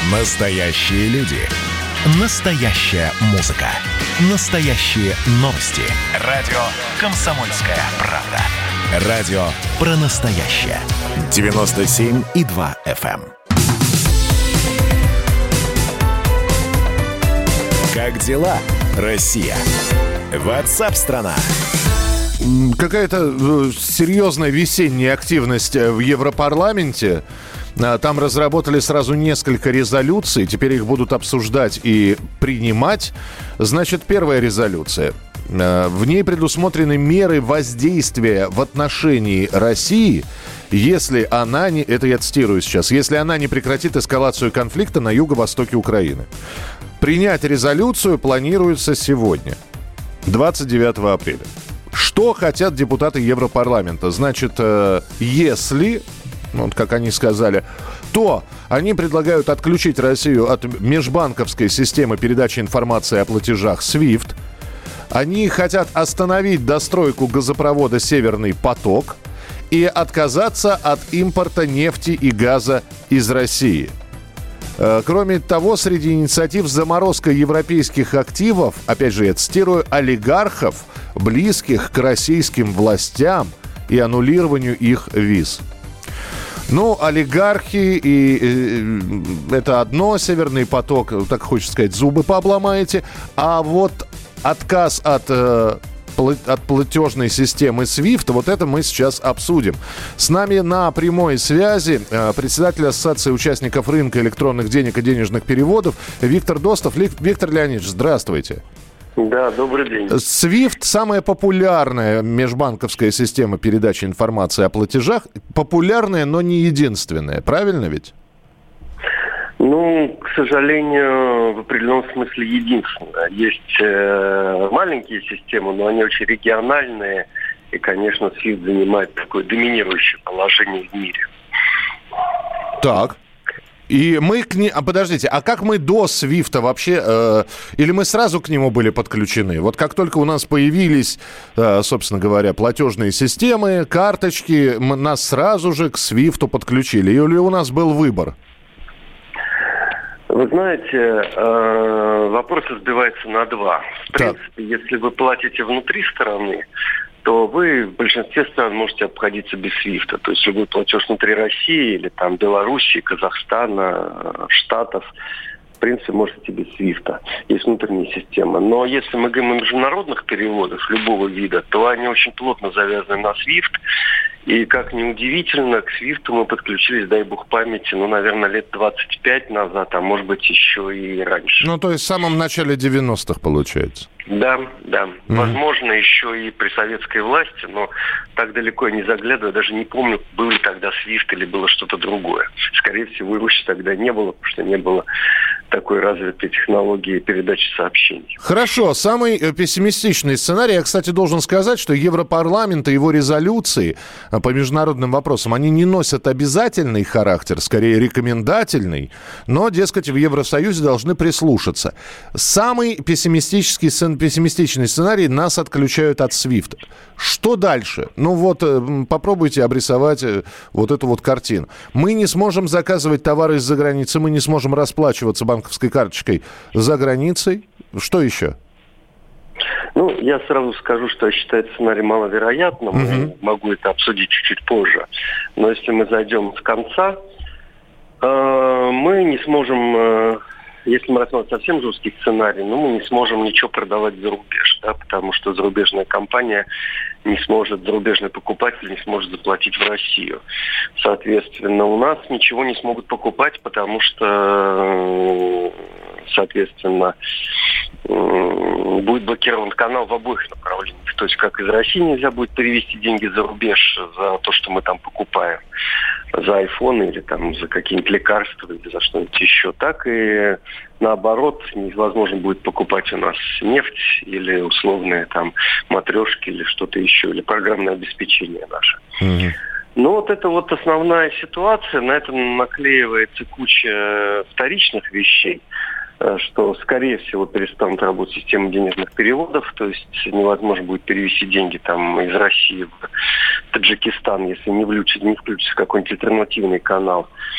Настоящие люди. Настоящая музыка. Настоящие новости. Радио «Комсомольская правда». Радио про настоящее. 97,2 FM. Как дела, Россия? Ватсап-страна! Какая-то серьезная весенняя активность в Европарламенте. Там разработали сразу несколько резолюций. Теперь их будут обсуждать и принимать. Значит, первая резолюция. В ней предусмотрены меры воздействия в отношении России, если она не... Это я цитирую сейчас. Если она не прекратит эскалацию конфликта на юго-востоке Украины. Принять резолюцию планируется сегодня, 29 апреля. Что хотят депутаты Европарламента? Значит, если, вот как они сказали, то они предлагают отключить Россию от межбанковской системы передачи информации о платежах SWIFT. Они хотят остановить достройку газопровода «Северный поток» и отказаться от импорта нефти и газа из России. Кроме того, среди инициатив заморозка европейских активов, опять же, я цитирую, олигархов, близких к российским властям и аннулированию их виз. Ну, олигархи, и это одно, «Северный поток», так хочется сказать, зубы пообломаете, а вот отказ от платежной системы SWIFT, вот это мы сейчас обсудим. С нами на прямой связи председатель Ассоциации участников рынка электронных денег и денежных переводов Виктор Достов. Виктор Леонидович, здравствуйте. Да, добрый день. SWIFT – самая популярная межбанковская система передачи информации о платежах. Популярная, но не единственная. Правильно ведь? Ну, к сожалению, в определенном смысле единственное. Есть маленькие системы, но они очень региональные. И, конечно, SWIFT занимает такое доминирующее положение в мире. Так. И мы к ней... подождите, а как мы до SWIFT вообще... или мы сразу к нему были подключены? Вот как только у нас появились, собственно говоря, платежные системы, карточки, нас сразу же к SWIFT подключили? Или у нас был выбор? Вы знаете, вопрос разбивается на два. В принципе, если вы платите внутри страны, то вы в большинстве стран можете обходиться без SWIFT. То есть любой платеж внутри России или там Белоруссии, Казахстана, Штатов, в принципе, можете без SWIFT. Есть внутренняя система. Но если мы говорим о международных переводах любого вида, то они очень плотно завязаны на SWIFT. И, как ни удивительно, к SWIFT мы подключились, дай бог памяти, наверное, лет 25 назад, а может быть, еще и раньше. Ну, то есть в самом начале 90-х, получается. Да. Mm-hmm. Возможно, еще и при советской власти, но так далеко я не заглядываю, даже не помню, был ли тогда SWIFT или было что-то другое. Скорее всего, и лучше тогда не было, потому что не было такой развитой технологии передачи сообщений. Хорошо. Самый пессимистичный сценарий, я, кстати, должен сказать, что Европарламент и его резолюции по международным вопросам, они не носят обязательный характер, скорее рекомендательный, но, дескать, в Евросоюзе должны прислушаться. Самый пессимистичный сценарий: нас отключают от SWIFT. Что дальше? Ну вот, попробуйте обрисовать вот эту вот картину. Мы не сможем заказывать товары из-за границы, мы не сможем расплачиваться банковской карточкой за границей. Что еще? Ну, я сразу скажу, что я считаю этот сценарий маловероятным. Могу это обсудить чуть-чуть позже. Но если мы зайдем с конца, мы не сможем... Если мы рассмотрим совсем жесткий сценарий, мы не сможем ничего продавать за рубеж, да, потому что зарубежная компания не сможет, зарубежный покупатель не сможет заплатить в Россию. Соответственно, у нас ничего не смогут покупать, потому что, соответственно, будет блокирован канал в обоих направлениях. То есть, как из России нельзя будет перевести деньги за рубеж за то, что мы там покупаем, за айфоны или там за какие-нибудь лекарства или за что-нибудь еще, так и наоборот невозможно будет покупать у нас нефть или условные там матрешки или что-то еще, или программное обеспечение наше. Ну вот это вот основная ситуация, на это наклеивается куча вторичных вещей, что, скорее всего, перестанут работать системы денежных переводов, то есть невозможно будет перевести деньги там из России в Таджикистан, если не включится какой-нибудь альтернативный канал.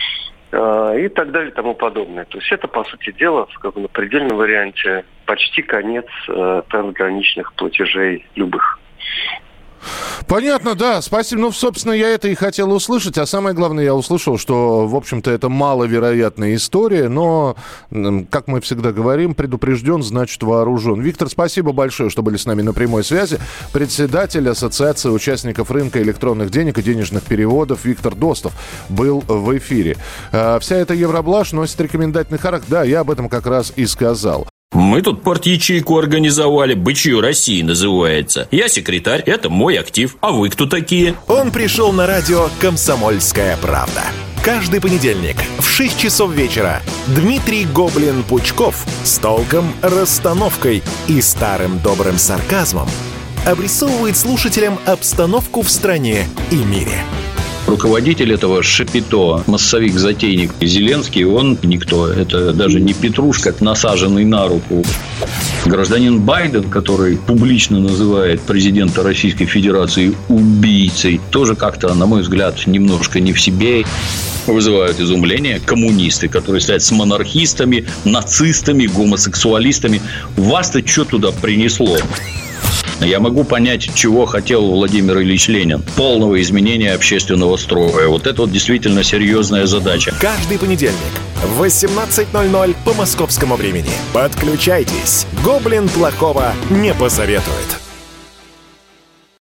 и так далее и тому подобное. То есть это, по сути дела, на предельном варианте почти конец трансграничных платежей любых. Понятно, да, спасибо. Ну, собственно, я это и хотел услышать. А самое главное, я услышал, что, в общем-то, это маловероятная история, но, как мы всегда говорим, предупрежден, значит вооружен. Виктор, спасибо большое, что были с нами на прямой связи. Председатель Ассоциации участников рынка электронных денег и денежных переводов Виктор Достов был в эфире. Вся эта евроблажь носит рекомендательный характер. Да, я об этом как раз и сказал. Мы тут порт-ячейку организовали, «Бычью России» называется. Я секретарь, это мой актив. А вы кто такие? Он пришел на радио «Комсомольская правда». Каждый понедельник в 6 часов вечера Дмитрий Гоблин-Пучков с толком, расстановкой и старым добрым сарказмом обрисовывает слушателям обстановку в стране и мире. Руководитель этого шапито, массовик-затейник Зеленский, он никто. Это даже не петрушка, насаженный на руку. Гражданин Байден, который публично называет президента Российской Федерации убийцей, тоже как-то, на мой взгляд, немножко не в себе. Вызывают изумление коммунисты, которые стоят с монархистами, нацистами, гомосексуалистами. Вас-то что туда принесло? Я могу понять, чего хотел Владимир Ильич Ленин. Полного изменения общественного строя. Вот это вот действительно серьезная задача. Каждый понедельник в 18:00 по московскому времени. Подключайтесь. Гоблин плохого не посоветует.